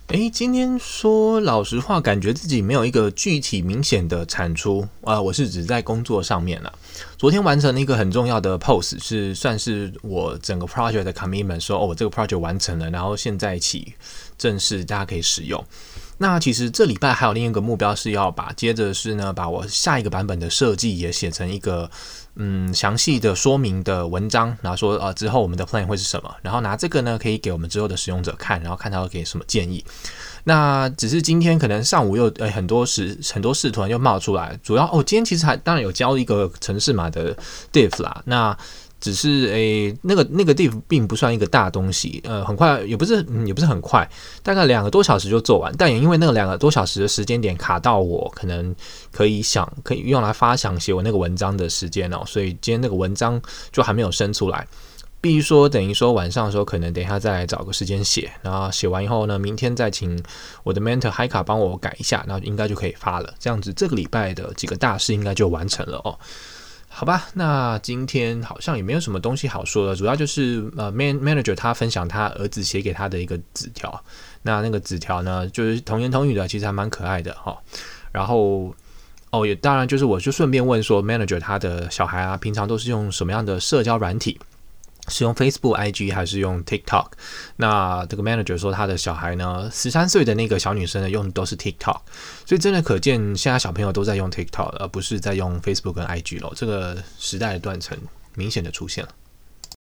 今天说老实话，感觉自己没有一个具体明显的产出我是指在工作上面啦。昨天完成了一个很重要的 post， 算是我整个 project 的 commitment， 说我这个 project 完成了，然后现在起正式大家可以使用。那其实这礼拜还有另一个目标是要接着是呢，把我下一个版本的设计也写成一个详细的说明的文章，然后说之后我们的 plan 会是什么，然后拿这个呢可以给我们之后的使用者看，然后看他会给什么建议。那只是今天可能上午又很多事突然又冒出来，主要今天其实当然有教一个程式码的 div 啦，那只是那个 div 并不算一个大东西，很快也不是很快，大概2个多小时就做完，但也因为那个2个多小时的时间点卡到我可能可以用来发想写我那个文章的时间所以今天那个文章就还没有生出来。必须说，等于说晚上的时候，可能等一下再来找个时间写，然后写完以后呢，明天再请我的 mentor 海卡帮我改一下，然后应该就可以发了。这样子，这个礼拜的几个大事应该就完成了好吧，那今天好像也没有什么东西好说的，主要就是manager 他分享他儿子写给他的一个纸条，那个纸条呢，就是童言童语的，其实还蛮可爱的然后也当然就是我就顺便问说 manager 他的小孩平常都是用什么样的社交软体？是用 Facebook、IG 还是用 TikTok？ 那这个 manager 说他的小孩呢，13岁的那个小女生呢用的都是 TikTok， 所以真的可见现在小朋友都在用 TikTok， 而不是在用 Facebook 跟 IG 了。这个时代的断层明显的出现了。